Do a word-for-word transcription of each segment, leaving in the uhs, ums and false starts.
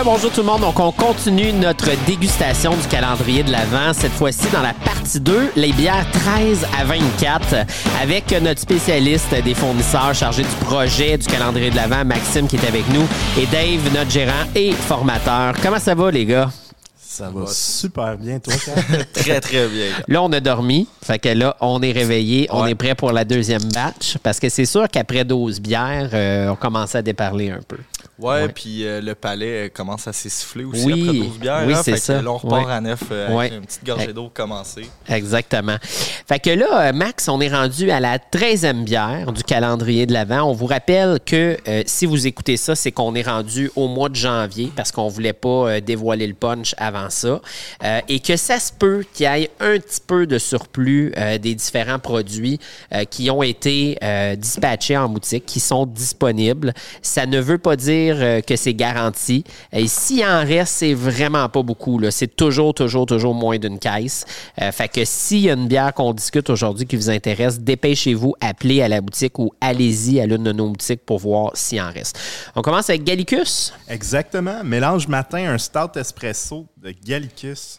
bonjour tout le monde. Donc, on continue notre dégustation du calendrier de l'Avent. Cette fois-ci, dans la partie deux, les bières treize à vingt-quatre, avec notre spécialiste des fournisseurs chargé du projet du calendrier de l'Avent, Maxime, qui est avec nous, et Dave, notre gérant et formateur. Comment ça va, les gars? Ça va super bien, toi, Kat? Très, très bien. Là, on a dormi. Fait que là, on est réveillé. On ouais. est prêt pour la deuxième batch. Parce que c'est sûr qu'après douze bières, euh, on commence à déparler un peu. Ouais, ouais. puis euh, le palais commence à s'essouffler aussi oui, après douze bières. Oui, hein, c'est fait ça. Que là, on repart ouais. à neuf euh, ouais. avec une petite gorgée d'eau commencée. Exactement. Fait que là, Max, on est rendu à la treizième bière du calendrier de l'Avent. On vous rappelle que euh, si vous écoutez ça, c'est qu'on est rendu au mois de janvier parce qu'on voulait pas euh, dévoiler le punch avant ça. Euh, et que ça se peut qu'il y ait un petit peu de surplus euh, des différents produits euh, qui ont été euh, dispatchés en boutique, qui sont disponibles. Ça ne veut pas dire euh, que c'est garanti. Et s'il en reste, c'est vraiment pas beaucoup, là. C'est toujours, toujours, toujours moins d'une caisse. Euh, fait que s'il y a une bière qu'on discute aujourd'hui qui vous intéresse, dépêchez-vous, appelez à la boutique ou allez-y à l'une de nos boutiques pour voir s'il en reste. On commence avec Gallicus. Exactement. Mélange matin un stout espresso de Gallicus.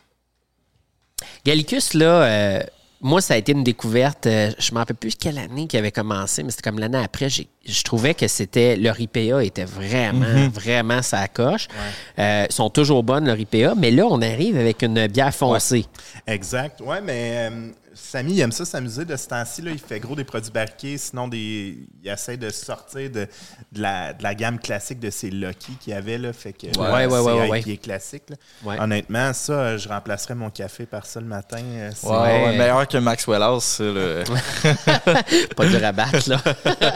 Gallicus, là, euh, moi, ça a été une découverte. Euh, je ne me rappelle plus quelle année qui avait commencé, mais c'était comme l'année après. J'ai, je trouvais que c'était leur I P A était vraiment, mm-hmm. vraiment sa coche. Ouais. Euh, sont toujours bonnes, leur I P A, mais là, on arrive avec une bière foncée. Ouais. Exact. Oui, mais euh, Samy, il aime ça s'amuser de ce temps-ci. Là. Il fait gros des produits barriqués, sinon des... il essaie de sortir de, de, la, de la gamme classique de ses Lucky qu'il y avait. Là. Fait que ouais, ouais, ouais, ouais, ouais. I P A classique. Là. Ouais. Honnêtement, ça, je remplacerais mon café par ça le matin. C'est ouais, ouais, meilleur que Maxwell House. Le... Pas dur à battre, là.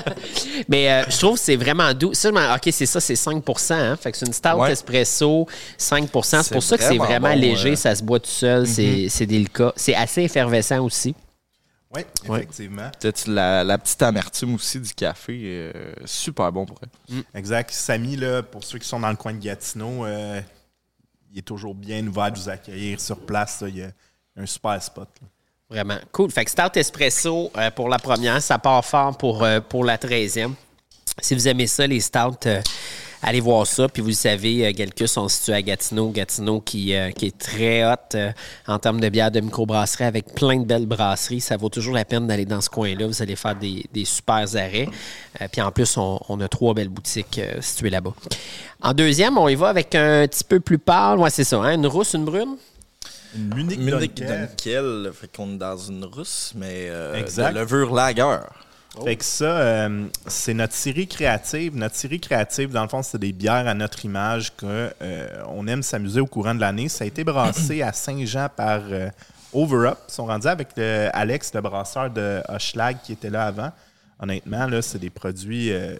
Mais euh, je trouve que c'est vraiment doux. Ça, OK, c'est ça, c'est cinq pour cent. Hein? Fait que c'est une stout ouais. espresso, cinq pour cent. C'est, c'est pour ça que c'est vraiment bon, léger. Ouais. Ça se boit tout seul. Mm-hmm. C'est, c'est délicat. C'est assez effervescent aussi. Oui, effectivement. Ouais. Peut-être la, la petite amertume aussi du café. Euh, super bon pour elle. Mm. Exact. Samy, là, pour ceux qui sont dans le coin de Gatineau, euh, il est toujours bien ouvert de vous accueillir sur place. Là. Il y a un super spot. Là. Vraiment. Cool. Fait que Stout Espresso euh, pour la première, ça part fort pour, euh, pour la treizième. Si vous aimez ça, les Stouts, euh, allez voir ça. Puis vous le savez, euh, Gallicus sont situés à Gatineau. Gatineau qui, euh, qui est très hot euh, en termes de bière de microbrasserie avec plein de belles brasseries. Ça vaut toujours la peine d'aller dans ce coin-là. Vous allez faire des, des super arrêts. Euh, puis en plus, on, on a trois belles boutiques euh, situées là-bas. En deuxième, on y va avec un petit peu plus pâle. Ouais, c'est ça. Hein? Une rousse, une brune? Une Munich, Munich Dunkel. Dunkel. Fait qu'on est dans une rousse, mais euh, de levure lager. Oh. Fait que ça, euh, c'est notre série créative. Notre série créative, dans le fond, c'est des bières à notre image qu'on euh, aime s'amuser au courant de l'année. Ça a été brassé à Saint-Jean par euh, Over Up. Ils sont rendus avec le, Alex, le brasseur de Hochelag, qui était là avant. Honnêtement, là, c'est des produits euh,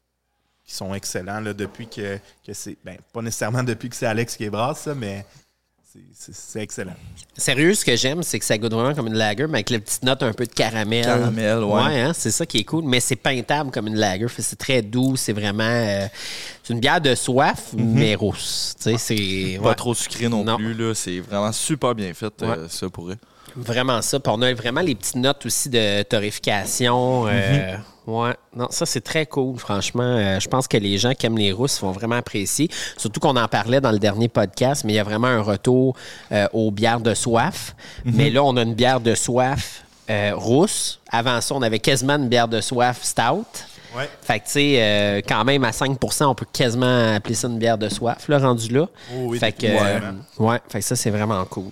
qui sont excellents là, depuis que, que c'est... Ben, pas nécessairement depuis que c'est Alex qui est brasse, ça, mais... C'est, c'est excellent. Sérieux, ce que j'aime, c'est que ça goûte vraiment comme une lager, mais avec la petite note un peu de caramel. Caramel, ouais. Ouais, hein, c'est ça qui est cool, mais c'est peintable comme une lager. C'est très doux, c'est vraiment... Euh, c'est une bière de soif, mm-hmm. mais rousse. Tu sais, c'est... Pas ouais. trop sucré non, non. plus, là. C'est vraiment super bien fait, ouais. euh, ça, pour eux. Vraiment ça. Puis on a vraiment les petites notes aussi de torréfication. Euh, mm-hmm. Ouais, non, ça c'est très cool, franchement. Euh, je pense que les gens qui aiment les rousses vont vraiment apprécier. Surtout qu'on en parlait dans le dernier podcast, mais il y a vraiment un retour euh, aux bières de soif. Mm-hmm. Mais là, on a une bière de soif euh, rousse. Avant ça, on avait quasiment une bière de soif stout. Ouais. Fait que, tu sais, euh, quand même, à cinq pour cent, on peut quasiment appeler ça une bière de soif, là, rendu là. Oh oui, fait que, ouais, euh, ouais, fait que ça, c'est vraiment cool.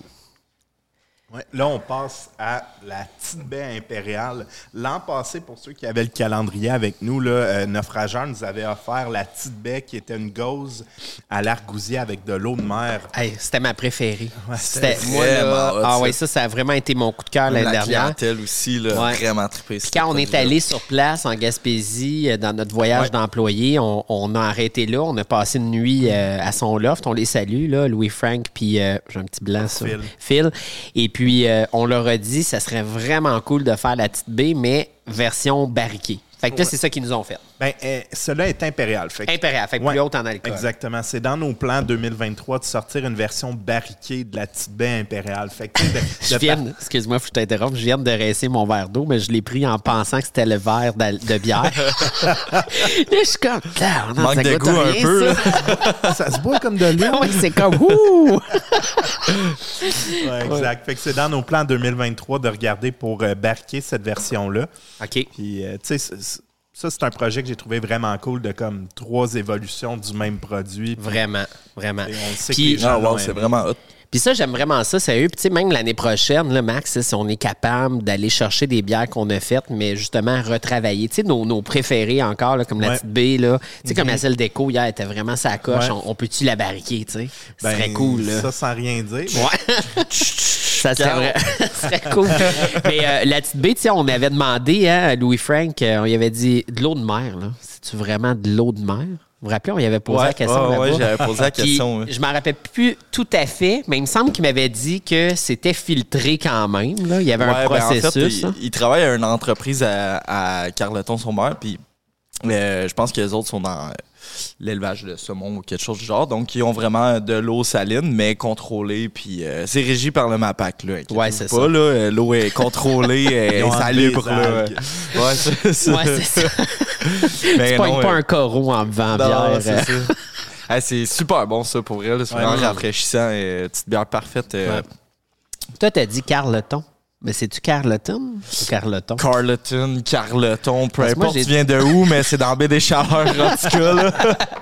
Ouais. Là, on passe à la petite baie impériale. L'an passé, pour ceux qui avaient le calendrier avec nous, là, euh, Naufrageur nous avait offert la petite baie qui était une gauze à l'argousier avec de l'eau de mer. Hey, c'était ma préférée. Ouais, c'était c'était moi, là, hot, ah ouais, ça, ça a vraiment été mon coup de cœur l'année dernière. La clientèle aussi, là, ouais. Vraiment trippé. Puis quand on est allé sur place en Gaspésie, dans notre voyage ouais. d'employés, on, on a arrêté là. On a passé une nuit euh, à son loft. On les salue, là, Louis-Frank, puis euh, j'ai un petit blanc sur Phil. Phil. Et puis, Puis, euh, on leur a dit, ça serait vraiment cool de faire la petite baie, mais version barriquée. Fait que là, ouais. c'est ça qu'ils nous ont fait. Ben, euh, cela est impérial. Fait que, Impérial, fait que ouais, plus haute en alcool. Exactement. C'est dans nos plans deux mille vingt-trois de sortir une version barriquée de la petite baie impériale. Fait que, de, de Je viens, de- excuse-moi, faut que je t'interrompe. Je viens de rincer mon verre d'eau, mais je l'ai pris en pensant que c'était le verre de, de bière. Là, je suis comme, ah, non, Manque ça de goûte goût un rien, peu, ça. ça se boit comme de l'eau. Oui, c'est comme, ouh! Ouais, exact. Fait que c'est dans nos plans deux mille vingt-trois de regarder pour euh, barriquer cette version-là. OK. Puis, euh, tu sais, c'est- c'est- ça, c'est un projet que j'ai trouvé vraiment cool de comme trois évolutions du même produit. Puis, Vraiment, vraiment. et on sait Puis- que les gens Ah, wow, l'ont c'est aimé. vraiment hot. Puis ça, j'aime vraiment ça, sérieux. Puis tu sais, même l'année prochaine, là, Max, si on est capable d'aller chercher des bières qu'on a faites, mais justement retravailler. Tu sais, nos, nos préférés encore, là, comme la Ouais. petite B, là. Tu sais, comme la selle déco hier était vraiment sa coche. Ouais. On, on peut-tu la barriquer, tu sais? Ce Ben, serait cool, là. Ça, sans rien dire. Ouais. Ça serait, vrai, ça serait cool. Mais euh, la petite baie, tu sais, on avait demandé hein, à Louis Frank, euh, on y avait dit de l'eau de mer, là. C'est-tu vraiment de l'eau de mer? Vous vous rappelez, on y avait posé Ouais, la question ouais, là-bas. ouais, j'avais posé la Puis, question, ouais. Je m'en rappelle plus tout à fait, mais il me semble qu'il m'avait dit que c'était filtré quand même. Là. Il y avait un Ouais, ben, processus. en fait, hein. il, il travaille à une entreprise à, à Carleton-sur-Mer, puis euh, je pense que les autres sont dans euh, l'élevage de saumon ou quelque chose du genre. Donc, ils ont vraiment de l'eau saline, mais contrôlée, puis euh, c'est régi par le MAPAC. Là, inquiétez-vous Ouais, c'est pas, ça. là, euh, l'eau est contrôlée, elle Ils est ont salubre. enlevé les Là. algues. Ouais, c'est ça. Ouais, c'est ça. Mais Tu pognes non, pas euh, un coraux en buvant non, bière. c'est euh. ça. Ah, c'est super bon, ça, pour vrai. là. C'est Ouais, vraiment ouais. rafraîchissant. Et, petite bière parfaite. euh, Ouais. Toi, t'as dit Carleton. Mais c'est-tu Carleton ou Carleton? Carleton, Carleton, peu Parce que moi, importe j'ai- tu viens de où, mais c'est dans Baie des Chaleurs, en tout cas. Là.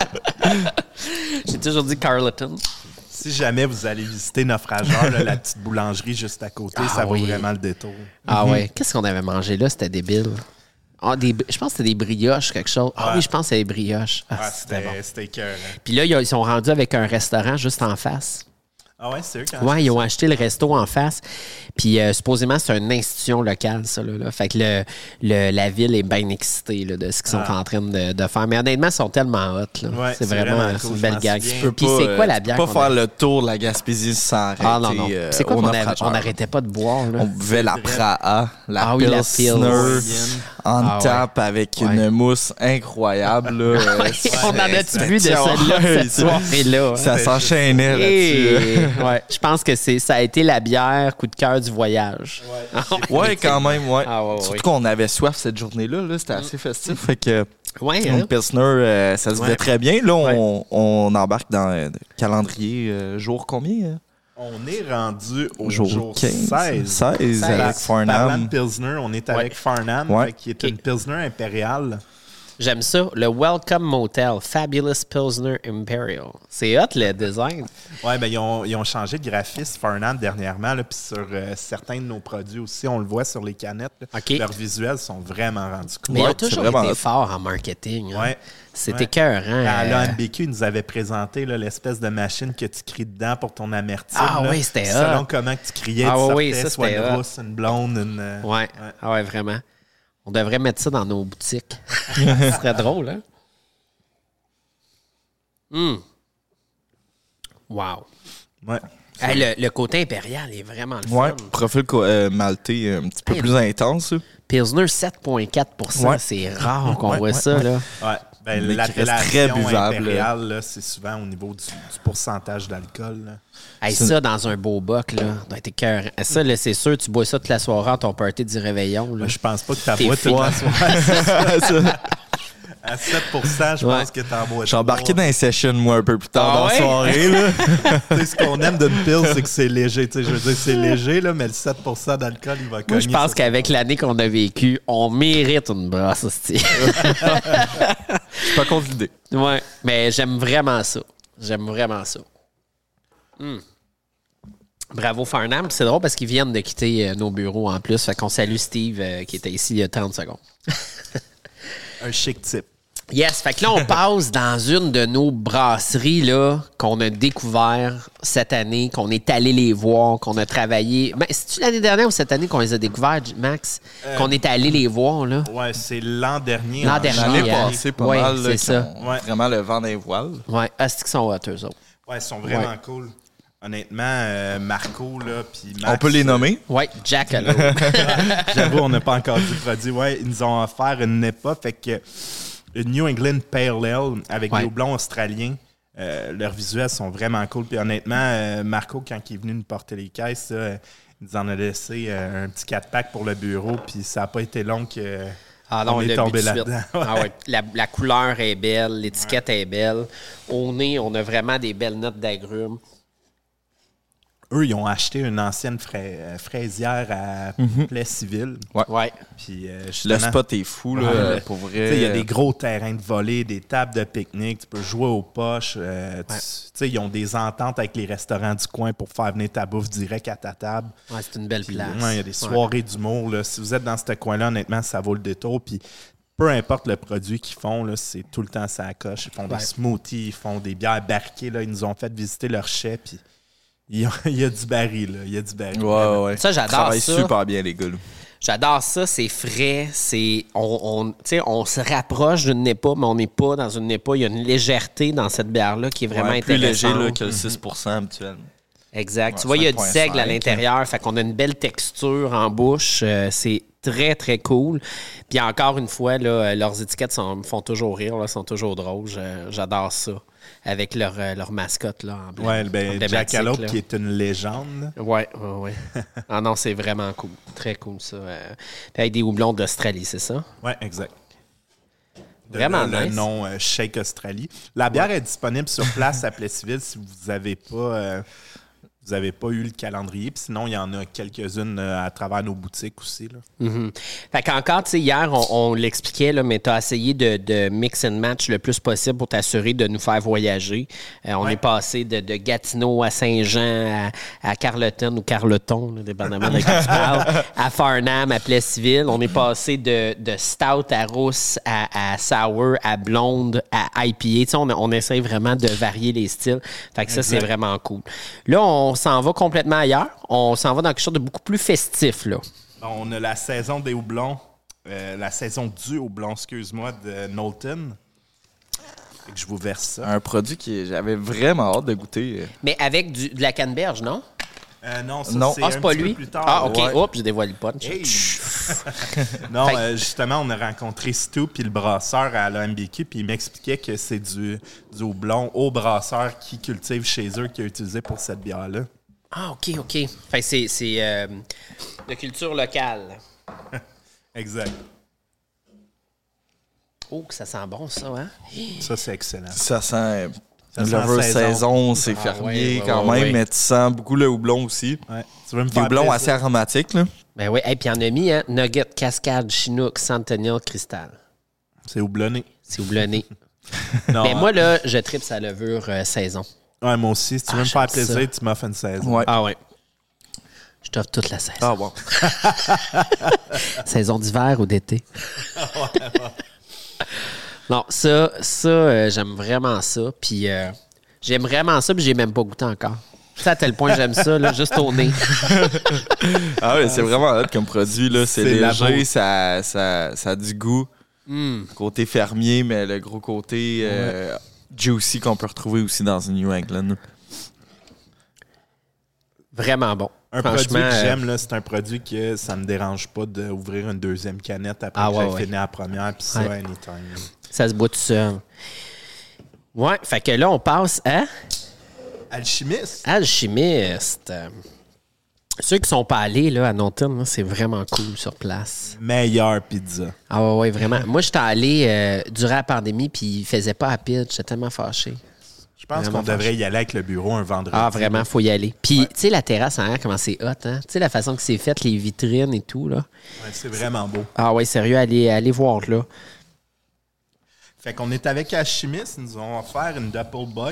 J'ai toujours dit Carleton. Si jamais vous allez visiter Naufrageur, là, la petite boulangerie juste à côté, Ah ça vaut oui. vraiment le détour. Ah ouais. Qu'est-ce qu'on avait mangé là? C'était débile. Ah, des, je pense que c'était des brioches, quelque chose. Ah Ouais. oui, je pense que c'était des brioches. Ah, Ah, c'était c'était bon. c'était écœurant. Puis là, ils sont rendus avec un restaurant juste en face. Ah ouais, c'est eux quand Ouais, ils ont acheté le resto en face. Puis euh, supposément, c'est une institution locale, ça. Là, là. Fait que le, le- la ville est bien excitée là, de ce qu'ils sont Ah. en train de, de faire. Mais honnêtement, ils sont tellement hot. Là. Ouais, c'est c'est vraiment, vraiment c'est cool, une belle je m'en gag. souviens. Tu peux Puis pas, c'est quoi euh, la tu bière? peux qu'on pas faire a- le tour de la Gaspésie sans arrêter. Ah non, non. euh, c'est quoi au qu'on avait- naufrageur. on n'arrêtait pas de boire? Là. On buvait la Praha, la Ah oui, la Pilsner, Pils. en Ah ouais. tape avec Ouais. une mousse incroyable. Là. Euh, Ouais, on en a-tu c'était- vu de celle-là, Ouais, cette soirée-là? Ça s'enchaînait là-dessus. Et- ouais, je pense que c'est, ça a été la bière coup de cœur du voyage. Ouais, quand même, ouais. Ah ouais, ouais, Surtout ouais. qu'on avait soif cette journée-là. Là, c'était assez festif. Fait que Ouais, une hein? Pilsner, euh, ça se Ouais. fait très bien. Là, on, on embarque dans le calendrier euh, jour combien? euh? On est rendu au Jour, jour, quinze, seize. seize avec Parlant Farnham. de Pilsner, on est avec Farnham, Ouais. fait, qui est une Pilsner impériale. J'aime ça. Le Welcome Motel, Fabulous Pilsner Imperial. C'est hot, le design. Ouais, ben ils ont, ils ont changé de graphiste Farnham dernièrement, là, puis sur euh, certains de nos produits aussi, on le voit sur les canettes. là. OK. Leurs visuels sont vraiment rendus cool. Mais ils Ouais, ont toujours c'est vraiment été hot. forts en marketing. hein. Ouais. C'est Ouais. écœurant. À euh, l'A M B Q, ils nous avaient présenté là, l'espèce de machine que tu cries dedans pour ton amertume. Ah là. oui, c'était Selon hot. comment que tu criais, Ah tu oui, sortais oui, ça, soit c'était une hot. rousse, une blonde, une... euh, Ouais. Ah ouais, vraiment. On devrait mettre ça dans nos boutiques. Ce serait drôle, hein? Hum. Wow. Ouais. Hey, le, le côté impérial est vraiment le Ouais, fun. profil co- euh, maltais euh, un petit peu Hey, plus intense. là. Pilsner sept virgule quatre pour cent, Ouais. c'est rare qu'on Ouais, voit ouais, ça. ouais. Là. Ouais. Ben, Mais qui reste l'appellation très buvable. impériale, là, c'est souvent au niveau du, du pourcentage d'alcool. là. Hey, C'est- ça, dans un beau boc, là, doit être écœurant. Ça, là, c'est sûr, tu bois ça toute la soirée à ton party du réveillon. Là. Ben, je pense pas que tu T'es bois toute la fine. soirée. Ça, À sept pour cent, je Ouais. pense que tu en bois J'ai embarqué trois. dans les sessions, moi, un peu plus tard Ah dans ouais? la soirée. Là. Tu sais, ce qu'on aime d'une pile, c'est que c'est léger. Tu sais, je veux dire, c'est léger, là, mais le sept pour cent d'alcool, il va cogner. Moi, je pense ça. qu'avec l'année qu'on a vécue, on mérite une brosse, hostie. Je suis pas contre l'idée. Ouais, mais j'aime vraiment ça. J'aime vraiment ça. Hum. Bravo Farnham. C'est drôle parce qu'ils viennent de quitter euh, nos bureaux en plus. Fait qu'on salue Steve euh, qui était ici il y a trente secondes. Un chic type. Yes, fait que là, on passe dans une de nos brasseries là, qu'on a découvert cette année, qu'on est allé les voir, qu'on a travaillé. Ben, c'est-tu l'année dernière ou cette année qu'on les a découverts, Max? Qu'on est allé les voir, là? Ouais, c'est l'an dernier. L'an en dernier, janvier. L'année hein. passée, pas Ouais, mal. là, c'est qui ça. ont Ouais. Vraiment le vent des voiles. Ouais, ah, c'est qu'ils sont hot, eux autres. Ouais, ils sont vraiment Ouais. cool. Honnêtement, euh, Marco, là, puis Max... On peut les nommer. Ouais, Jackalope. J'avoue, on n'a pas encore dit le produit. Ouais, ils nous ont offert une N E P A, fait que le New England Pale Ale avec Ouais. des houblons australiens. Euh, leurs visuels sont vraiment cool. Puis honnêtement, euh, Marco, quand il est venu nous porter les caisses, là, il nous en a laissé euh, un petit quatre-pack pour le bureau. Puis ça n'a pas été long que. Ah non, on on est l'a tombé vu tout de suite. là-dedans. Ah ouais, la, la couleur est belle, l'étiquette est belle. Au nez, on a vraiment des belles notes d'agrumes. Eux, ils ont acheté une ancienne fra- euh, fraisière à Plessisville. Ouais. Puis, euh, Le justement, spot est fou, là, Ouais. pour tu sais, il y a vrai. des gros terrains de volée, des tables de pique-nique, tu peux jouer aux poches. euh, tu- Ouais. tu sais, ils ont des ententes avec les restaurants du coin pour faire venir ta bouffe direct à ta table. Ouais, c'est une belle Puis, place. ouais, il y a des soirées d'humour. Là. Si vous êtes dans ce coin-là, honnêtement, ça vaut le détour. Puis peu importe le produit qu'ils font, là, c'est tout le temps ça à coche. Ils font Ouais. des smoothies, ils font des bières barquées. Là. Ils nous ont fait visiter leur chai. Puis il y a, il y a du baril. Là. Il y a du baril. Ouais, ouais, ouais. Ça, j'adore Ils travaillent ça. super bien, les gars. là. J'adore ça, c'est frais, c'est on, on, tu sais, on se rapproche d'une N E P A, mais on n'est pas dans une N E P A. Il y a une légèreté dans cette bière-là qui est vraiment Ouais, plus léger intéressante. là, que le six pour cent habituel. Exact. Ouais, tu vois, il y a du cinq virgule seigle à cinq. l'intérieur, fait qu'on a une belle texture en bouche. euh, c'est très, très cool. Puis encore une fois, là, leurs étiquettes sont- me font toujours rire, là, sont toujours drôles. Je- J'adore ça. Avec leur, euh, leur mascotte là, emblém- Ouais, ben, emblématique, Jackalope, là. qui est une légende. là. Ouais, ouais, ouais. Ah non, c'est vraiment cool. Très cool, ça. Euh, puis avec des houblons d'Australie, c'est ça? Ouais, exact. De- Vraiment le, le nice. nom euh, Shake Australie. La bière est disponible sur place à Plessisville si vous n'avez pas, euh, vous avez pas eu le calendrier. Puis sinon, il y en a quelques-unes euh, à travers nos boutiques aussi. Là. Mhm. Fait qu'encore, tu sais, hier, on, on l'expliquait, là, mais tu as essayé de, de mix and match le plus possible pour t'assurer de nous faire voyager. Euh, on Ouais. est passé de, de Gatineau à Saint-Jean, à, à Carleton ou Carleton, là, dépendamment de qui tu parles, à Farnham, à Plessisville. On est passé de, de Stout à Rousse, à, à Sour, à Blonde, à I P A. Tu sais, on, on essaie vraiment de varier les styles. Fait que ça, c'est Exact. vraiment cool. Là, on s'en va complètement ailleurs. On s'en va dans quelque chose de beaucoup plus festif, là. On a la saison des houblons, euh, la saison du houblon, excuse-moi, de Knowlton. Fait que je vous verse ça. Un produit que j'avais vraiment hâte de goûter. Mais avec du, de la canneberge, non? Euh, non, ça, Non. c'est Ah, un c'est pas petit peu lui? plus tard. Ah, OK. Ouais. Oups, j'ai dévoilé le punch. Hey! non, Fait- euh, justement, on a rencontré Stu puis le brasseur à l'A M B Q, puis il m'expliquait que c'est du, du houblon au brasseur qui cultive chez eux, qui a utilisé pour cette bière-là. Ah, OK, OK. Fait que c'est, c'est euh, de culture locale. Exact. Oh, que ça sent bon, ça, hein? Ça, c'est excellent. Ça sent. Ça sent L'over saison. saison, c'est Ah, fermier ouais, ouais, quand ouais, même, ouais. mais tu sens beaucoup le houblon aussi. Ouais. Tu veux me Du faire houblon plaisir? assez aromatique, là. Ben oui. Et puis, on a mis, hein, Nugget, Cascade, Chinook, Centennial, Cristal. C'est houblonné. C'est houblonné. Non, Mais moi, là, je tripe sa levure euh, saison. ouais, moi aussi, si tu veux Ah, me faire j'aime ça. plaisir, tu m'offres une saison. Ouais. Ah ouais. Je t'offre toute la saison. Ah, bon. Saison d'hiver ou d'été? Non, ça, ça euh, j'aime vraiment ça. Puis euh, j'aime vraiment ça, puis j'ai même pas goûté encore. Tu sais, à tel point j'aime ça, là, juste au nez. Ah ouais, c'est vraiment hot comme produit, là. C'est C'est la léger, bombe. ça, ça, ça a du goût. Côté fermier, mais le gros côté euh, juicy qu'on peut retrouver aussi dans une New England. Vraiment bon. Un produit que Franchement, euh, j'aime, là, c'est un produit que ça me dérange pas d'ouvrir une deuxième canette après Ah, que ouais, j'ai ouais. fini la première, puis ça, Ouais. anytime. ça se boit tout seul. Ouais, fait que là, on passe à Alchimiste? Alchimiste. Euh, Ceux qui sont pas allés là, à Norton, là, c'est vraiment cool sur place. Meilleure pizza. Ah ouais, ouais, vraiment. Moi, j'étais allé euh, durant la pandémie, puis il faisait pas à pitch. J'étais tellement fâché. Je pense Vraiment qu'on devrait y aller avec le bureau un vendredi. Ah, vraiment, faut y aller. Puis, tu sais, la terrasse en arrière, comment c'est hot, hein? Tu sais, la façon que c'est fait, les vitrines et tout, là. Ouais, c'est vraiment beau. Ah ouais, sérieux, allez, allez voir, là. Fait qu'on est avec Alchimiste, ils nous ont offert une Doppelbock.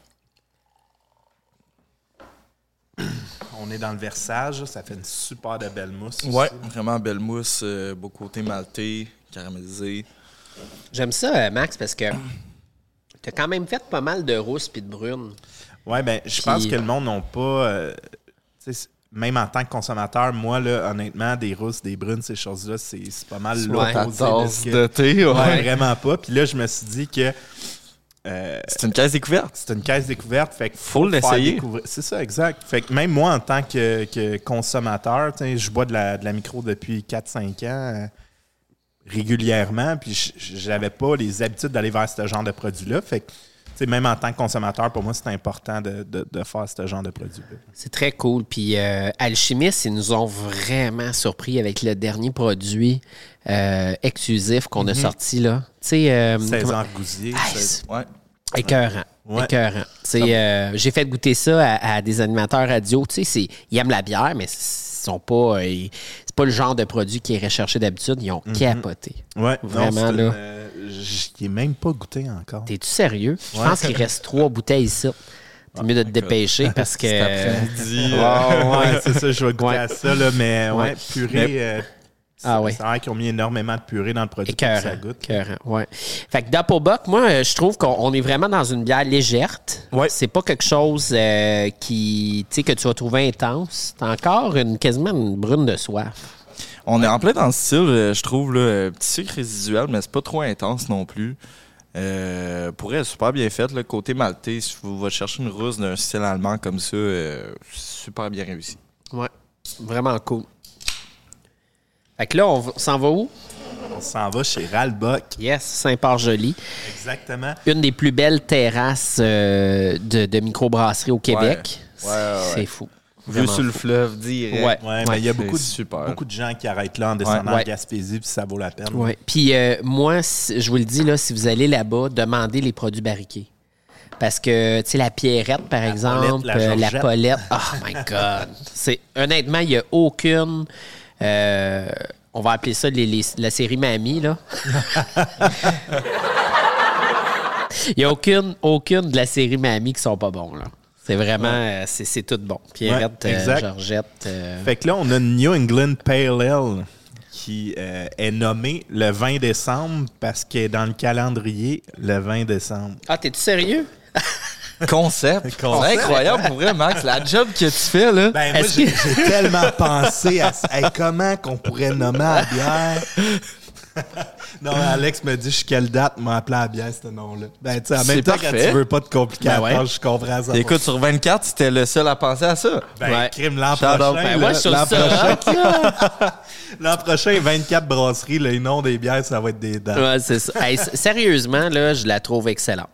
On est dans le versage, ça fait une super de belle mousse. aussi. Ouais, vraiment belle mousse, euh, beau côté maltais, caramélisé. J'aime ça, euh, Max, parce que t'as quand même fait pas mal de rousses puis de brunes. Ouais, ben, je Puis- pense que le monde n'a pas. euh, tu sais, même en tant que consommateur, moi, là, honnêtement, des rousses, des brunes, ces choses-là, c'est c'est pas mal Ouais. Ta l'opposé tasse ce que- de thé, ouais. Ouais, vraiment pas. Puis là, je me suis dit que euh, C'est une caisse découverte. c'est une caisse découverte. Fait qu'il Faut faire l'essayer. découvrir- C'est ça, exact. Fait que même moi, en tant que, que consommateur, tu sais, je bois de la, de la micro depuis quatre cinq ans. euh, régulièrement, puis j'avais pas les habitudes d'aller vers ce genre de produit-là. Fait que, tu sais, même en tant que consommateur, pour moi, c'est important de, de, de faire ce genre de produit-là. C'est très cool. Puis euh, Alchimiste, ils nous ont vraiment surpris avec le dernier produit euh, exclusif qu'on mm-hmm. a sorti, là. Tu sais... Euh, seize ans Gousier. Ouais. Écœurant. Ouais. Écœurant. Euh, j'ai fait goûter ça à, à des animateurs radio. Tu sais, ils aiment la bière, mais ils sont pas... Euh, c'est pas le genre de produit qui est recherché d'habitude. Ils ont mm-hmm. capoté. Ouais. Vraiment, non, là. Euh, J'y ai même pas goûté encore. T'es-tu sérieux? Je ouais. pense qu'il reste trois bouteilles ici. C'est oh mieux de te dépêcher parce que... Cet après-midi. Oh, ouais, c'est ça, je vais goûter ouais. à ça, là, mais ouais, ouais purée... Mais... Euh, Ah oui. C'est vrai qu'ils ont mis énormément de purée dans le produit pour que ça goûte. Écœurant, ouais. Fait que Doppelbock, moi, je trouve qu'on est vraiment dans une bière légère. Ouais. C'est pas quelque chose euh, qui, tu sais, que tu vas trouver intense. C'est encore une, quasiment une brune de soif. On est en plein dans le style, je trouve, là, petit sucre résiduel, mais c'est pas trop intense non plus. Euh, pour elle, super bien faite. Là, côté maltais, si vous allez chercher une rousse d'un style allemand comme ça, euh, super bien réussi. Ouais, vraiment cool. Fait que là, on s'en va où? On s'en va chez Ralbock. Yes, Saint-Port-Joli. Exactement. Une des plus belles terrasses euh, de, de microbrasserie au Québec. Ouais, ouais, ouais. C'est fou. Vu sur le fleuve, direct. Ouais, ouais, mais il y a beaucoup de, super. beaucoup de gens qui arrêtent là en descendant ouais. en Gaspésie, puis ça vaut la peine. Ouais. Puis euh, moi, je vous le dis, là, si vous allez là-bas, demandez les produits barriqués. Parce que, tu sais, la pierrette, par la exemple, polette, la, euh, la Paulette, oh my God! C'est, honnêtement, il n'y a aucune... Euh, on va appeler ça les, les, la série Mamie, là. Il n'y a aucune, aucune de la série Mamie qui sont pas bons, là. C'est vraiment... Ouais. Euh, c'est, c'est tout bon. Pierrette, ouais, euh, Georgette... Euh... Fait que là, on a une New England Pale Ale qui euh, est nommée le vingt décembre parce qu'elle est dans le calendrier le vingt décembre. Ah, t'es-tu sérieux? Concept. Concept. C'est incroyable pour vrai, Max. La job que tu fais, là. Ben, moi, j'ai, j'ai tellement pensé à hey, comment qu'on pourrait nommer la bière. Non, Alex me dit jusqu'à quelle date m'a appelé à la bière, ce nom-là. Ben, tu sais, en même c'est temps, parfait. quand tu veux pas de complications, ben ouais. je comprends ça. Écoute, sur vingt-quatre, c'était le seul à penser à ça. Ben, ouais. crime, l'an Shout prochain. Ben, moi, je l'an, ça, prochain l'an prochain, vingt-quatre brasseries, le nom des bières, ça va être des dates. Ouais, c'est ça. Hey, sérieusement, là, je la trouve excellente.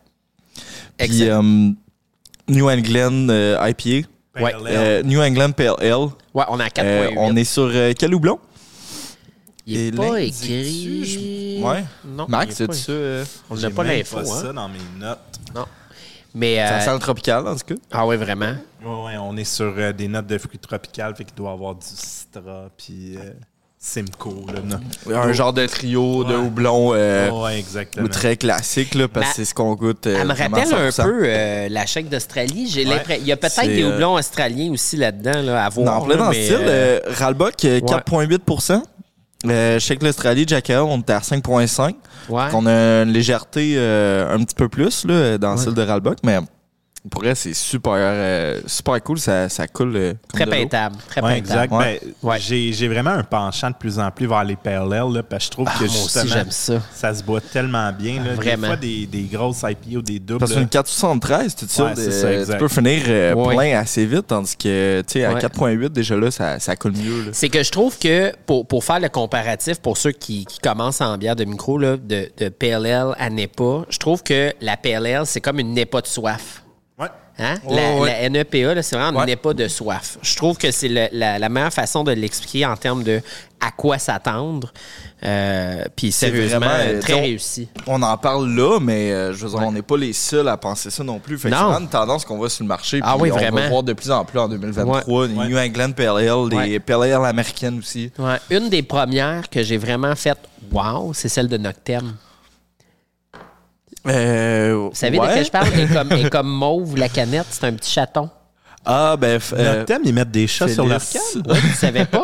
Puis, um, New England euh, I P A. Ouais. Euh, New England Pale Ale. Ouais, on est à quatre virgule huit. Euh, on est sur euh, quel houblon? Il n'est pas écrit. Je... Ouais. Non, Max, c'est ça? Euh... On n'a pas l'info. Pas hein? ça dans mes notes. Non. Mais, ça euh... sent le tropical, en tout cas. Ah oui, vraiment? Oui, ouais, on est sur euh, des notes de fruits tropicales, fait qu'il doit y avoir du Citra, puis euh, Simcoe. Là, non. Un genre de trio ouais. de houblon euh, ouais, exactement. très classique, là, parce que c'est ce qu'on goûte. Euh, elle me rappelle un peu euh, la chèque d'Australie. J'ai ouais. l'impression. Il y a peut-être c'est, des houblons australiens aussi là-dedans, là, à voir. Non, en plein dans le style. Euh, Ralbock, quatre virgule huit pour cent. Euh, Chèque l'Australie, Jack Ale, on était à cinq virgule cinq. Ouais. On a une légèreté euh, un petit peu plus là, dans le ouais. style de Ralbock, mais pour elle, c'est super, euh, super cool. Ça, ça coule. Euh, très peintable. Très ouais, peintable. Exact. Ouais. Ben, ouais. J'ai, j'ai vraiment un penchant de plus en plus vers les Pale Ale, là, parce que je trouve ah, que moi justement, aussi, j'aime ça. ça se boit tellement bien. Là. Vraiment. Des fois, des, des grosses I P A ou des doubles. Parce qu'une quatre soixante-treize, tout ça, ouais, de, ça exact. tu peux finir euh, ouais. plein assez vite, tandis que tu sais à ouais. quatre virgule huit, déjà là, ça, ça coule mieux. Là. C'est que je trouve que pour, pour faire le comparatif, pour ceux qui, qui commencent en bière de micro, là, de, de Pale Ale à N E P A, je trouve que la Pale Ale, c'est comme une N E P A de soif. Ouais. Hein? Oh, la, ouais. la N E P A, là, c'est vraiment ouais. une N E P A de soif. Je trouve que c'est le, la, la meilleure façon de l'expliquer en termes de à quoi s'attendre. Euh, Puis sérieusement, vraiment, très on, réussi. On en parle là, mais euh, je veux dire, ouais. on n'est pas les seuls à penser ça non plus. Fait que c'est vraiment une tendance qu'on voit sur le marché. Ah oui, on vraiment. va voir de plus en plus en deux mille vingt-trois. Ouais. Les New England Pale Ale, ouais. les Pale Ale américaines aussi. Ouais. Une des premières que j'ai vraiment faite, wow, c'est celle de Noctem. Euh, Vous savez ouais. de quel je parle? Elle est comme, elle est comme mauve, la canette, c'est un petit chaton. Ah, ben. Euh, Noctem, ils mettent des chats Félix. Sur leur canne. Oui, tu savais pas?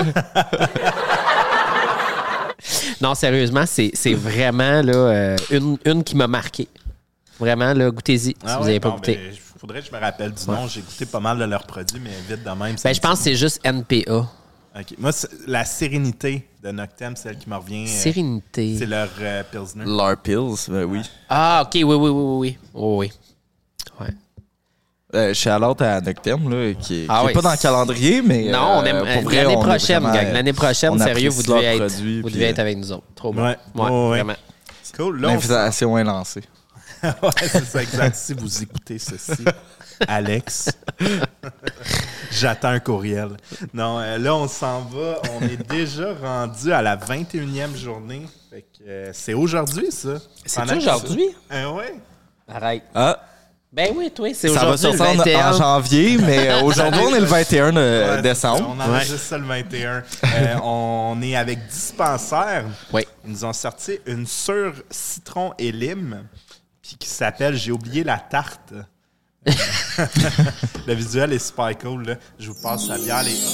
Non, sérieusement, c'est, c'est vraiment là, euh, une, une qui m'a marqué. Vraiment, là, goûtez-y ah si ouais, vous n'avez pas bon, goûté. Il faudrait que je me rappelle du nom. Ouais. J'ai goûté pas mal de leurs produits, mais vite de même. Ben, je pense que c'est juste N P A. Okay. Moi, la Sérénité de Noctem, c'est celle qui me revient. Sérénité. Euh, c'est leur euh, Pilsner. Leur Pils, ben oui. Ah, OK, oui, oui, oui, oui. Oh, oui. Ouais. Euh, Shout-out à Noctem, là, qui n'est Ah oui. pas dans le calendrier, mais. Non, on euh, aime. pour vrai, L'année on est prochaine, vraiment, gang. L'année prochaine, on sérieux, vous apprécie devez, leurs être, produits, vous puis, devez être euh, avec nous autres. Trop bon. Ouais, Ouais, ouais, ouais. vraiment. Cool. Là, on s- L'invitation est lancée. ouais, c'est ça, exact. Si vous écoutez ceci, Alex, j'attends un courriel. Non, euh, là, on s'en va. On est déjà rendu à la vingt et unième journée. Fait que, euh, c'est aujourd'hui, ça. C'est Pendant que aujourd'hui? ça- Euh, ouais. Arrête. Ah, Ben oui, toi, c'est ça va aujourd'hui le sortir vingt et un. en janvier, mais euh, aujourd'hui, on est le vingt et un euh, Ouais, décembre. On enregistre ça le vingt et un. Euh, on est avec Dispensaire. Oui. Ils nous ont sorti une sur citron et lime, puis qui s'appelle J'ai oublié la tarte. Le visuel est super cool. Là. Je vous passe la bière. Les...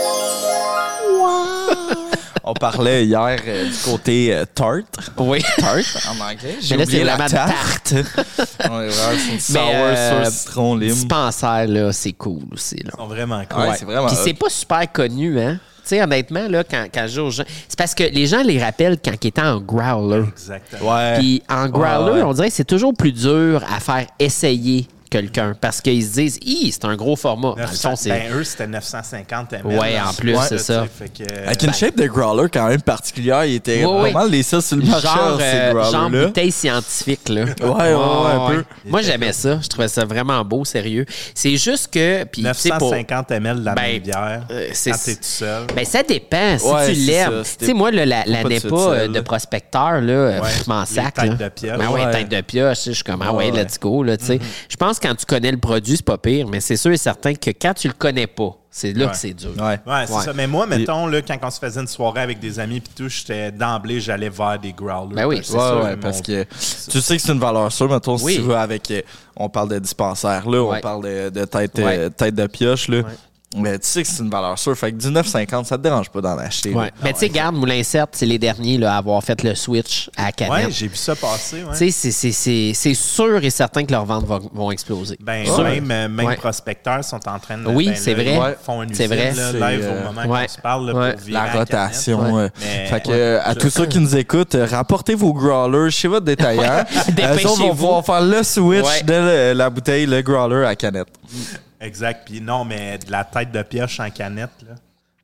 On parlait hier euh, du côté euh, tarte. Oui. Tarte en anglais. J'ai Mais là, oublié c'est la vraiment tarte. On est vraiment sur une sour euh, sur citron lime. Dispensaire, là, c'est cool aussi. Là. Ils sont vraiment cool. Ouais, c'est vraiment Puis hot. c'est pas super connu, hein? Tu sais, honnêtement, là, quand, quand je dis aux gens... C'est parce que les gens les rappellent quand ils étaient en growler. Exactement. Ouais. Puis en growler, Ouais, ouais. on dirait que c'est toujours plus dur à faire essayer quelqu'un parce qu'ils se disent, hi, c'est un gros format. Dans le neuf cents, fond, c'est. ben, eux, c'était neuf cent cinquante millilitres. Ouais, en plus, c'est ça. Avec une shape de growler quand même particulière, il était Ouais, ouais. vraiment les seuls sur le marché, Genre, ces euh, genre growlers-là. bouteille scientifique, là. Ouais, ouais, ouais, un peu. Moi, j'aimais ça. Je trouvais ça vraiment beau, sérieux. C'est juste que... Puis, tu sais, pour- neuf cent cinquante millilitres de la Ben, même bière. euh, c'est- Quand t'es tout seul. Ben, ça dépend. Si Ouais, tu c'est l'aimes. ça, Tu c'était sais, moi, là, la, la pas de N E P A suite euh, seul, de là. prospecteur, là, euh, Ouais, je m'en les sac. têtes là. de pioche. Ben ouais, Ouais. tête de pioche. Je suis comme, ah ouais, Ouais. let's go. Là, tu sais. Je pense que quand tu connais le produit, c'est pas pire, mais c'est sûr et certain que quand tu le connais pas, c'est là Ouais. que c'est dur. Ouais. Ouais, c'est Ouais. ça. Mais moi, mettons, là, quand on se faisait une soirée avec des amis puis tout, j'étais d'emblée, j'allais vers des growlers. Ben oui, Parce que c'est Ouais, sûr, ouais, mon- parce que tu sais que c'est une valeur sûre. Mettons, Oui. si tu veux avec. euh, On parle de dispensaire, là, Ouais. on parle de, de tête, Ouais. euh, tête de pioche, là. Mais tu sais que c'est une valeur sûre. Fait que dix-neuf cinquante, ça te dérange pas d'en acheter. Ouais. là. Mais tu sais, garde, Moulin Sept, c'est les derniers là, à avoir fait le switch à la Ouais, canette. j'ai vu ça passer. Ouais. Tu sais, c'est- c'est- c'est c'est sûr et certain que leurs ventes vont, vont exploser. Ben, Sûr. même, euh, même Ouais. prospecteurs sont en train de. Oui, ben, c'est là, vrai. ils Ouais. font une C'est usine, vrai. là, C'est, live euh, au moment ouais. qu'on se parle là, Ouais. pour virer La à la rotation. canette. ouais. Mais- Fait que, ouais. euh, à tous ceux qui nous écoutent, euh, rapportez vos growlers chez votre détaillant. Eux autres Dépêchez-vous. vont pouvoir faire le switch Ouais. de le- la bouteille, le growler à canette. Exact. Puis non, mais de la tête de pioche en canette, là.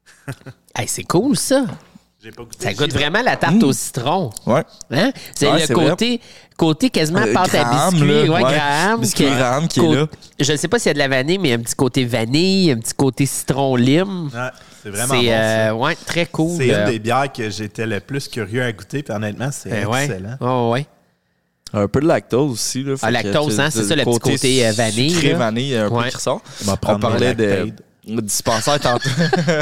Hey, c'est cool, ça. J'ai pas goûté. Ça goûte J'ai- vraiment la tarte au citron. Ouais. Hein? C'est Ouais, le c'est côté, côté quasiment Euh, pâte à Graham, biscuit. là, Ouais, ouais. Graham. Biscuit Que- Graham qui est cô- là. Je ne sais pas s'il y a de la vanille, mais un petit côté vanille, un petit côté citron-lime. Ouais, c'est vraiment C'est bon, euh, ça. ouais, très cool. C'est euh, une des bières que j'étais le plus curieux à goûter, puis honnêtement, c'est euh, ouais. excellent. Oh, ouais. Un peu de lactose aussi. Là, Ah, Fait lactose, que, hein, tu- c'est ça, le petit côté, euh, vanille, Sucré là. vanille, un Ouais. peu qui sort. On va On prendre parlait mes de Lactaid. dispensaires tantôt.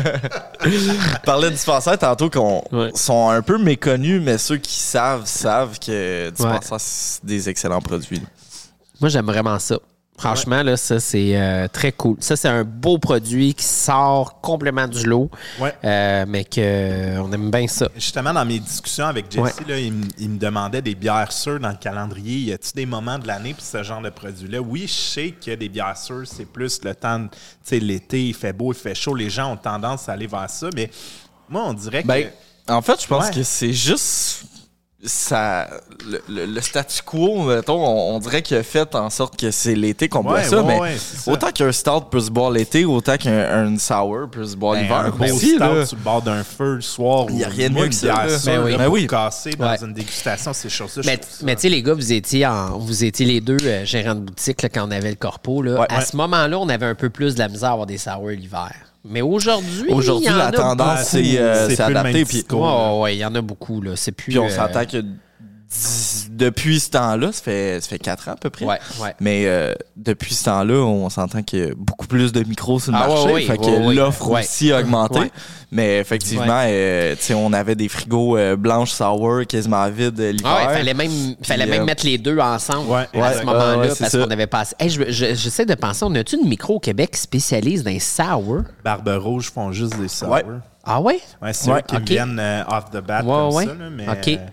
On parlait de dispensaires tantôt qu'on Ouais. sont un peu méconnus, mais ceux qui savent, savent que dispensaires, c'est des excellents produits. Moi, j'aime vraiment ça. Franchement, là, ça, c'est euh, très cool. Ça, c'est un beau produit qui sort complètement du lot, Ouais. euh, mais qu'on aime bien ça. Justement, dans mes discussions avec Jesse, Ouais. là, il, me- il me demandait des bières sûres dans le calendrier. Y a-t-il des moments de l'année pour ce genre de produit-là? Oui, je sais que des bières sûres, c'est plus le temps, de- tu sais, l'été, il fait beau, il fait chaud, les gens ont tendance à aller vers ça, mais moi, on dirait que... Ben, en fait, je pense Ouais. que c'est juste ça, le, le- le statu quo, mettons, on, on dirait qu'il a fait en sorte que c'est l'été qu'on boit Ouais, ça, ouais, mais ouais, c'est ça. autant qu'un stout peut se boire l'été, autant qu'un un sour peut se boire Ben, l'hiver un beau aussi. stout là. sur le bord d'un feu le soir. Il y a ou rien de moi, mieux une que ça, bière là. sûre, Ben oui. là, Ben pour oui. casser dans Ouais. une dégustation, ces choses-là. je Mais, trouve ça- mais tu sais, les gars, vous étiez, en, vous étiez les deux euh, gérants de boutique là, quand on avait le corpo. Là. Ouais. à Ouais. ce moment-là, on avait un peu plus de la misère à avoir des sours l'hiver. Mais aujourd'hui, Aujourd'hui, il y en la a tendance, beaucoup. c'est euh, C'est c'est plus le adapté. même Puis, discours. Ouais, ouais, il y en a beaucoup. Là. C'est plus, puis on euh, s'entend que dix- depuis ce temps-là, ça fait, ça fait quatre ans à peu près. Ouais, ouais. Mais euh, depuis ce temps-là, on s'entend qu'il y a beaucoup plus de micros sur le Ah, marché. ouais, ouais, fait que ouais, ouais. l'offre Ouais. aussi a augmenté. Ouais. Mais effectivement, euh, tu sais, on avait des frigos euh, blanches sour quasiment vides euh, l'hiver. Ah ouais, fallait même, fallait Puis, même euh, mettre les deux ensemble Ouais, à ouais, ce moment-là ouais, ouais, c'est parce ça. qu'on avait passé. Hey, je- je- j'essaie de penser, on a-tu une micro au Québec qui spécialise dans les sour? Barbe Rouge font juste des sour. Ouais. Ah ouais? Ouais, c'est Ouais, eux qui ok. me viennent euh, off the bat Ouais, comme ouais. ça. Là, mais, Ok. euh,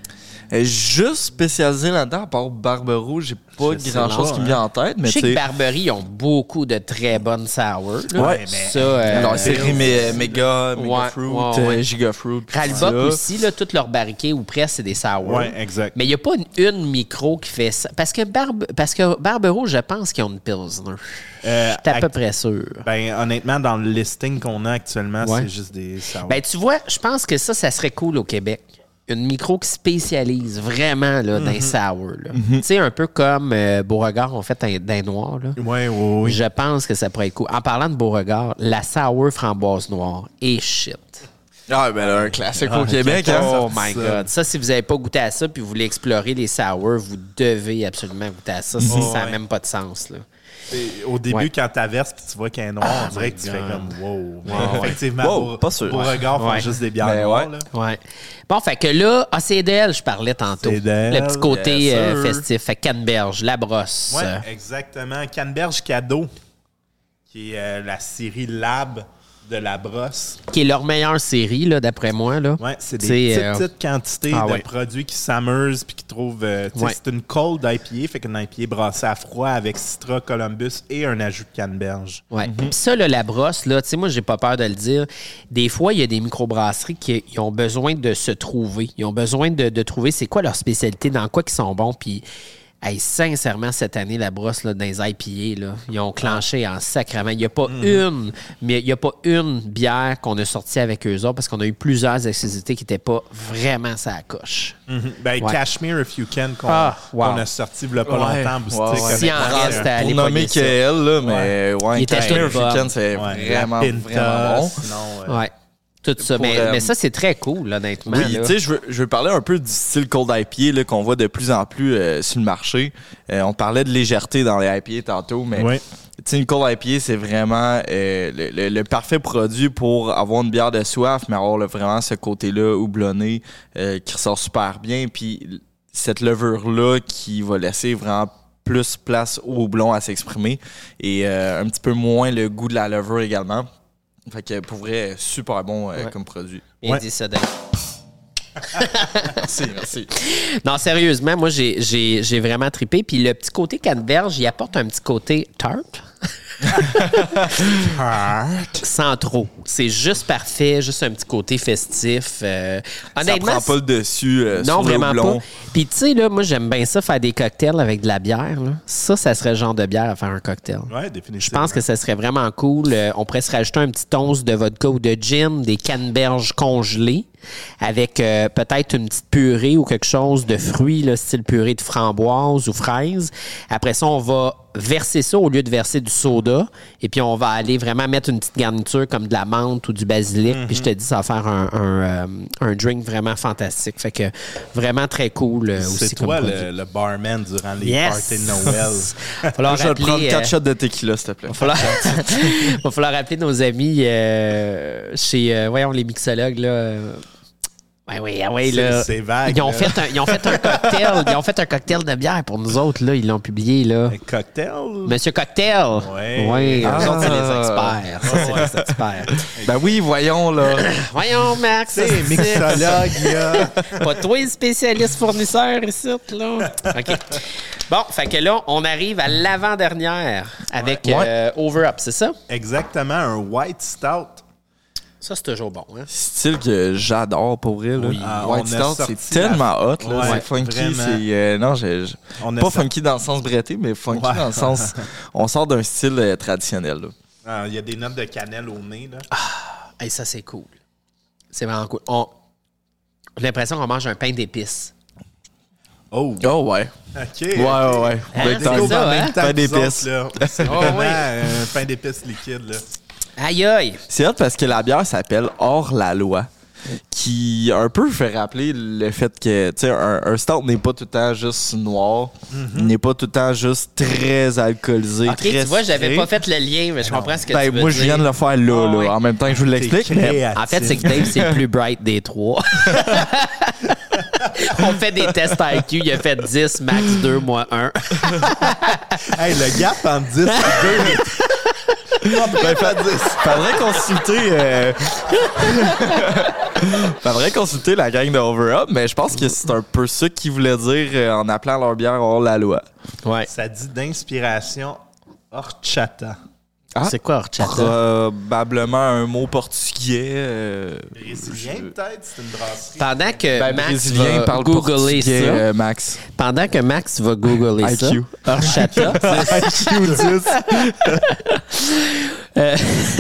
Euh, juste spécialisé là-dedans, à part Barbero, j'ai pas Je sais grand-chose pas, qui me hein. vient en tête. Mais Je sais tu que sais, Barberie, ils ont beaucoup de très bonnes sour. Là. Ouais, mais- ça. euh, leur série mé- Méga, Ouais, Méga Fruit, ouais, ouais. euh, Giga Fruit. puis Ralbock tout ça. aussi, là, toutes leurs barriquets ou presque, c'est des sour. Ouais, exact. Mais il n'y a pas une, une micro qui fait ça. Parce que, Barbe, parce que Barbero, je pense qu'ils ont une Pilsner. Euh, J'étais à peu act- près sûr. Ben, honnêtement, dans le listing qu'on a actuellement, Ouais. c'est juste des sour. Ben, tu vois, je pense que ça, ça serait cool au Québec. Une micro qui spécialise vraiment là, dans les sour. là. Tu sais, un peu comme euh, Beauregard ont fait un, d'un noir. Là. Ouais, ouais, oui. Je pense que ça pourrait être cool. En parlant de Beauregard, la sour framboise noire est shit. Ah, ben là, un classique Ah, au Québec. quelqu'un Hein? Oh sorti my ça. God. Ça, si vous n'avez pas goûté à ça puis vous voulez explorer les sour, vous devez absolument goûter à ça. Sinon, Oh, ça n'a ouais. même pas de sens. Là. Et au début, Ouais. quand t'averses puis tu vois qu'il y a un noir, on dirait que tu my fais God. comme wow. Mais ouais. effectivement, Wow, pour, pas sûr. pour regard, font Ouais. juste des bières Ben noires. ouais. Là. Ouais. Bon, fait que là, ah, c'est d'elle, je parlais tantôt. C'est d'elle, Le petit côté yes, euh, sir. festif. Fait que Canneberge, la brosse. Ouais, Euh, exactement. Canneberge Cadeau, qui est euh, la série Lab de la brosse. qui est leur meilleure série, là, d'après moi. Là. Ouais, c'est des C'est, petites, euh, petites quantités ah de ouais. produits qui s'amusent puis qui trouvent. euh, tu sais, Ouais. C'est une cold I P A, fait qu'une I P A brassée à froid avec Citra, Columbus et un ajout de canneberge. Ouais. Puis ça, là, la brosse, là, tu sais, moi, j'ai pas peur de le dire. Des fois, il y a des microbrasseries qui ils ont besoin de se trouver. Ils ont besoin de, de trouver c'est quoi leur spécialité, dans quoi ils sont bons. Puis, hey, sincèrement, cette année, la brosse, là, dans les I P A, là, ils ont clenché en sacrament. Il n'y a pas une, mais il n'y a pas une bière qu'on a sortie avec eux autres parce qu'on a eu plusieurs exclusivités qui n'étaient pas vraiment ça coche. Mhm. Ben, Ouais. Cashmere If You Can, qu'on Ah, wow. qu'on a sorti il y a pas Ouais. longtemps. Boosté, Ouais, ouais. comme Si en étant, reste, euh, à- Pour Allez nommer pogner ça. qu'elle, là, mais ouais, Il était Cashmere tout bon. African, c'est ouais, vraiment, la Pinta, vraiment bon. Sinon, euh, Ouais. Tout ça. Pour, Mais, euh, mais ça, c'est très cool, honnêtement. Oui, là. tu sais, je veux, je veux parler un peu du style Cold I P A là, qu'on voit de plus en plus euh, sur le marché. Euh, on parlait de légèreté dans les I P A tantôt, mais Ouais. tu sais, une Cold I P A, c'est vraiment euh, le, le- le parfait produit pour avoir une bière de soif, mais avoir le- vraiment ce côté-là houblonné euh, qui ressort super bien. Puis cette levure-là qui va laisser vraiment plus place au houblon à s'exprimer et euh, un petit peu moins le goût de la levure également. Fait que pour vrai, super bon euh, Ouais. comme produit. Il Ouais. dit ça d'un- Merci, merci. Non, sérieusement, moi, j'ai, j'ai, j'ai vraiment trippé. Puis le petit côté canneberge, il apporte un petit côté tart. Sans trop. C'est juste parfait, juste un petit côté festif. Euh, Ça honnêtement, prend pas le dessus euh, non, sur le vraiment houblon. pas. Puis tu sais, là, moi, j'aime bien ça, faire des cocktails avec de la bière. Là. Ça, ça serait le genre de bière à faire un cocktail. Ouais, définitivement. Je pense que ça serait vraiment cool. Euh, on pourrait se rajouter un petit once de vodka ou de gin, des canneberges congelées avec euh, peut-être une petite purée ou quelque chose de fruits, là, style purée de framboise ou fraise. Après ça, on va verser ça au lieu de verser du soda. Et puis, on va aller vraiment mettre une petite garniture comme de la menthe ou du basilic. Puis, je te dis, ça va faire un, un, euh, un drink vraiment fantastique. Fait que vraiment très cool euh, aussi C'est comme toi produit. le, le barman durant les Yes! parties de Noël. Va falloir Je vais rappeler, prendre euh, quatre shots de tequila, s'il te plaît. Va falloir, va falloir appeler nos amis euh, chez, euh, voyons, les mixologues, là. euh, Ouais, oui, ah ouais, C'est- là. c'est vague, Ils ont, là. fait un, ils ont fait un cocktail. Ils ont fait un cocktail de bière pour nous autres, là. Ils l'ont publié, là. Un cocktail? Monsieur Cocktail. Ouais. Oui, Ah. eux autres, c'est les experts. Ça, c'est les experts. Ben oui, voyons, là. Voyons, Max. C'est ça, mixologue, là. Pas toi, le spécialiste fournisseur ici, là. OK. Bon, fait que là, on arrive à l'avant-dernière avec Ouais. euh, Over Up, c'est ça? Exactement, un white stout. Ça, c'est toujours bon, hein? Style que j'adore pour vrai. Là. Oui. Ah, White on a Stout, sorti c'est tellement hot. Là. Ouais, c'est funky. vraiment. C'est, euh, non, j'ai, j'ai- On a pas sorti- funky dans le sens bretté, mais funky Ouais. dans le sens. On sort d'un style euh, traditionnel. Là. Ah, il y a des notes de cannelle au nez, là. Hey, ça, c'est cool. C'est vraiment cool. On... J'ai l'impression qu'on mange un pain d'épices. Oh, Oh, ouais. OK. Ouais, ouais, ouais. Hein, Ben, c'est t'as- Découvre ça, en hein? même temps Pain que nous d'épices. autres, là. C'est Oh, vraiment oui. un pain d'épices liquide, là. Aïe, aïe. C'est hot parce que la bière s'appelle Hors la loi. Qui un peu fait rappeler le fait que tu sais un, un stout n'est pas tout le temps juste noir, il n'est pas tout le temps juste très alcoolisé, OK, très tu vois, j'avais sucré. pas fait le lien, mais je comprends ce que Ben, tu veux moi, dire. je viens de le faire là, Ah, là ouais. en même temps que je vous l'explique. T'es Mais créatif. En fait, c'est que Dave, c'est le plus bright des trois. On fait des tests I Q. Il a fait dix, max deux, moi un. Hey, le gap entre dix et deux, Ben, faudrait consulter. Euh... faudrait consulter la gang de Over Up, mais je pense que c'est un peu ça qu'ils voulaient dire euh, en appelant leur bière hors la loi. Ouais. Ça dit d'inspiration horchata. Ah, c'est quoi horchata? Probablement un mot portugais. Euh, Brésilien, je... peut-être? C'est une brasserie. Pendant que ben, Max Brésilien va parle googler portugais, ça, euh, Max. pendant que Max va googler I Q. ça, horchata, I Q dix. euh,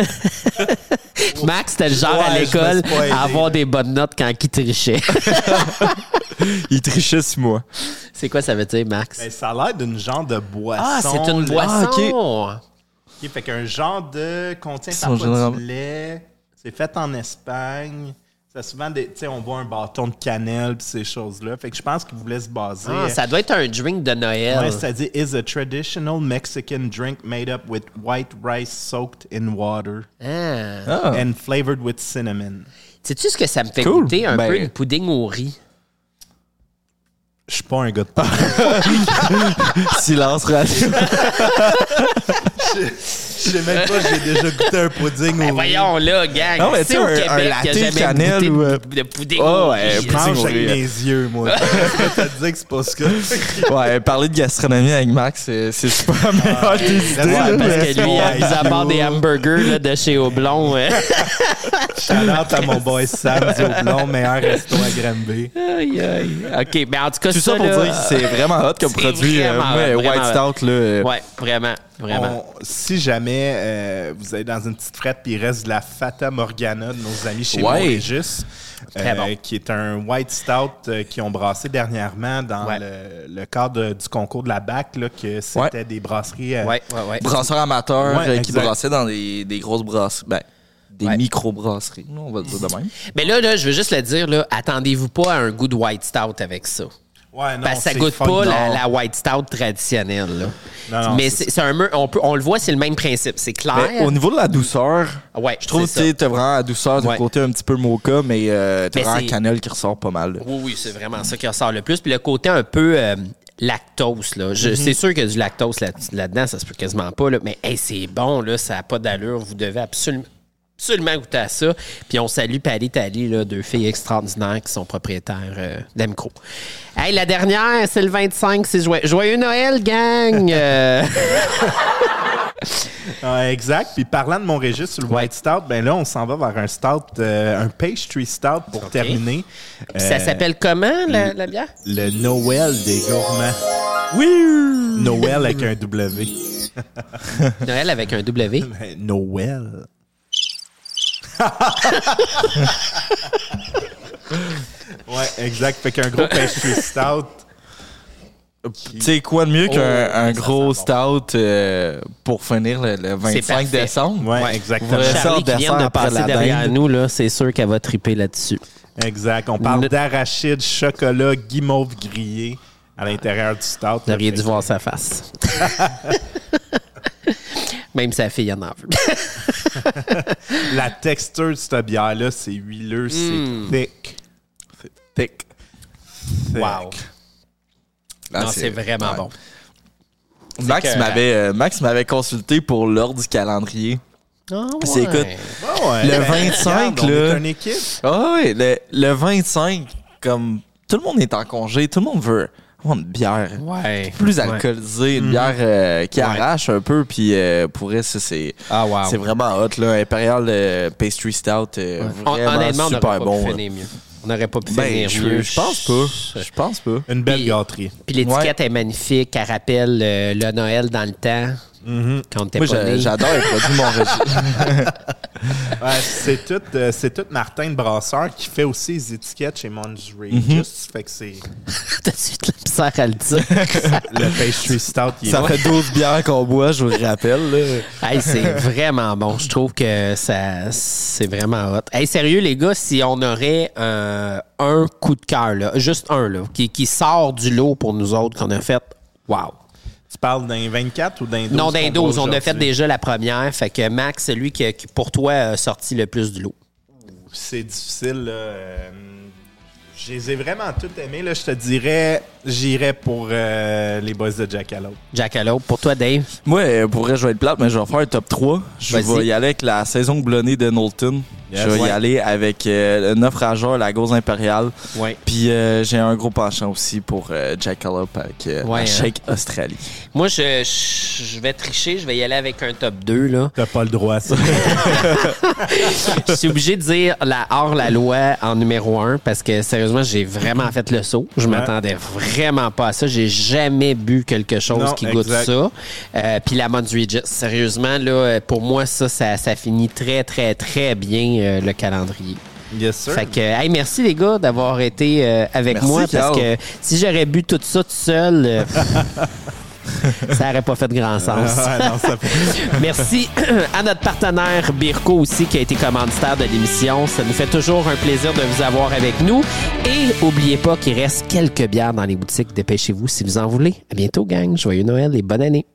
Max, c'était le genre Ouais, à je l'école me suis pas aidé, à avoir là. des bonnes notes quand il trichait. Il trichait sur moi. C'est quoi ça veut dire, Max? Ben, ça a l'air d'une genre de boisson. Ah, c'est une là. boisson! Ah, OK, fait qu'un genre de contient Ils sont parfois généralement- du lait. C'est fait en Espagne. C'est souvent des. Tu sais, on voit un bâton de cannelle pis ces choses-là. Fait que je pense qu'ils voulaient se baser. Ah, ça doit être un drink de Noël. Ouais, c'est-à-dire is a traditional Mexican drink made up with white rice soaked in water Ah. Ah. and flavored with cinnamon. Sais-tu ce que ça me fait Cool. goûter? Un Ben- peu une pudding au riz. Je suis pas un gars de Silence radio. Je sais même pas, j'ai déjà goûté un pudding Ben au voyons là, gang. Non, mais c'est tu sais, au un- Québec un qu'il y a latte jamais cannelle goûté ou, de, euh, de pudding Oh, au ouais, riz. Je mange Pudding au avec riz. mes yeux, moi. Est-ce que t'as dit que c'est pas ça? Ouais, parler de gastronomie avec Max, c'est c'est super la meilleure des idées. Ouais, là, Parce mais- que lui, mis à part des hamburgers là, de chez Aublon. euh, Shout-out à mon boy Sam Zaublon, meilleur resto à Granby. aïe, aïe. OK, mais en tout cas, Tout ça ça, pour là, dire que c'est vraiment hot comme c'est produit. euh, vraiment ouais, hot, White vraiment Stout, là. euh, Ouais, vraiment, vraiment. On- si jamais euh, vous êtes dans une petite frette puis il reste de la Fata Morgana de nos amis chez Ouais. Régis, Très bon. qui est un white stout euh, qu'ils ont brassé dernièrement dans Ouais. le, le cadre du concours de la B A C, là, que c'était Ouais. des brasseries. euh, Ouais, ouais, ouais. Brasseurs amateurs Ouais, euh, qui exact. brassaient dans des, des grosses brasseries. Ben, des Ouais. micro-brasseries, on va le dire de même. Mais là, là, je veux juste le dire, là, attendez-vous pas à un goût de white stout avec ça. Ouais, non, Parce que ça c'est goûte fun, pas la, non. la white stout traditionnelle. Là. Non, non, mais c'est c'est c'est un mur- on, peut, on le voit, c'est le même principe. C'est clair. Mais au niveau de la douceur, Ouais, je trouve que c'est ça. tu as vraiment la douceur du Ouais. côté un petit peu mocha, mais euh, tu Mais as vraiment c'est- la cannelle qui ressort pas mal. là. Oui, oui, c'est vraiment ça qui ressort le plus. Puis le côté un peu euh, lactose, là. Je- C'est sûr qu'il y a du lactose là- là-dedans, ça se peut quasiment pas. Là. Mais hey, c'est bon, là, ça n'a pas d'allure. Vous devez absolument. Absolument goûter à ça. Puis on salue Pali Tali, là, deux filles extraordinaires qui sont propriétaires euh, d'Emcro. Hey, la dernière, c'est le vingt-cinq, c'est joyeux, joyeux Noël, gang! Euh, Ouais, exact. Puis parlant de mon Régis sur le Ouais. white stout, ben là, on s'en va vers un stout, euh, un pastry stout pour Ok. terminer. Puis ça Euh, s'appelle comment, la, la bière? Le Noël des gourmands. Oui! Noël avec un W. Noël avec un W. Ben, Noël. Ouais, exact. Fait qu'un gros pastry stout. Tu sais quoi de mieux Oh, qu'un un ça gros sent bon. stout euh, pour finir le, le vingt-cinq parfait. décembre? Ouais, Ouais. exactement. Ouais. Charlie qui vient de dessert après passer la derrière dinde. nous, là, c'est sûr qu'elle va triper là-dessus. Exact. On parle Ne- d'arachide, chocolat, guimauve grillé à l'intérieur du stout. Vous auriez Fait dû que- voir sa face. Même sa fille en a vu. La texture de cette bière-là, c'est huileux, Mm. c'est thick. C'est thick. Thick. Wow. Ah, non, c'est vraiment ouais. bon. Max que- m'avait euh, Max m'avait consulté pour l'ordre du calendrier. Ah, C'est- écoute, Ah ouais. Le Ben, vingt-cinq, regarde, là. On est une équipe. Ah oui, le, le vingt-cinq, comme tout le monde est en congé, tout le monde veut avoir une bière Ouais. plus Ouais. alcoolisée, une bière euh, qui Ouais. arrache un peu, puis euh, pour elle, ça, c'est Ah, wow. c'est vraiment hot. Là. Imperial euh, Pastry Stout, euh, Hon- vraiment Honnêtement, on n'aurait super pas bon. pu là. finir mieux. On n'aurait pas pu Ben, finir je, mieux. je pense pas. Je pense pas. Une belle Puis- gâterie. Puis l'étiquette est magnifique. Elle rappelle euh, le Noël dans le temps, quand on était Moi, pas j'a- nés. j'adore les produits Montrégis. Ouais, c'est tout, euh, c'est tout Martin de Brasseur qui fait aussi les étiquettes chez Monge Mhm. Regis. Fait que c'est Tout de suite, la misère à le dire. le pastry stout. Il est Ça fait douze bières qu'on boit, je vous le rappelle. là. Hey, c'est vraiment bon. Je trouve que ça, c'est vraiment hot. Hey, sérieux, les gars, si on aurait euh, un coup de cœur, là, juste un, là, qui, qui sort du lot pour nous autres, qu'on a fait, wow. Tu parles d'un vingt-quatre ou d'un douze? Non, d'un qu'on douze, voit on a fait aujourd'hui? déjà la première. Fait que Max, celui qui, qui, pour toi, a sorti le plus du lot. C'est difficile. Là. Euh, je les ai vraiment toutes aimées. Là. Je te dirais J'irais pour euh, les boys de Jackalope. Jackalope. Pour toi, Dave? Moi, euh, pour vrai, je vais être plate, mais je vais faire un top trois. Je Vas-y. vais y aller avec la saison blonnée de Knowlton. Yes. Je vais Ouais. y aller avec euh, le neuf Rageur, la Gauze Impériale. Oui. Puis euh, j'ai un gros penchant aussi pour euh, Jackalope avec euh, Ouais, la hein. Shake Australie. Moi, je, je, je vais tricher. Je vais y aller avec un top deux, là. T'as pas le droit à ça. Je suis obligé de dire la hors-la-loi en numéro un parce que, sérieusement, j'ai vraiment fait le saut. Je Ouais. m'attendais vraiment pas à ça. J'ai jamais bu quelque chose Non, qui goûte exact. ça. Euh, Puis la Mons Regis, sérieusement, là, pour moi, ça, ça, ça finit très, très, très bien euh, le calendrier. Yes, sir. Fait que, hey, merci les gars d'avoir été euh, avec Merci, moi parce Carl. que si j'aurais bu tout ça tout seul, euh, ça n'aurait pas fait de grand sens. Ah, ouais, non, ça fait- Merci à notre partenaire Birko aussi qui a été commanditaire de l'émission. Ça nous fait toujours un plaisir de vous avoir avec nous. Et n'oubliez pas qu'il reste quelques bières dans les boutiques. Dépêchez-vous si vous en voulez. À bientôt, gang. Joyeux Noël et bonne année.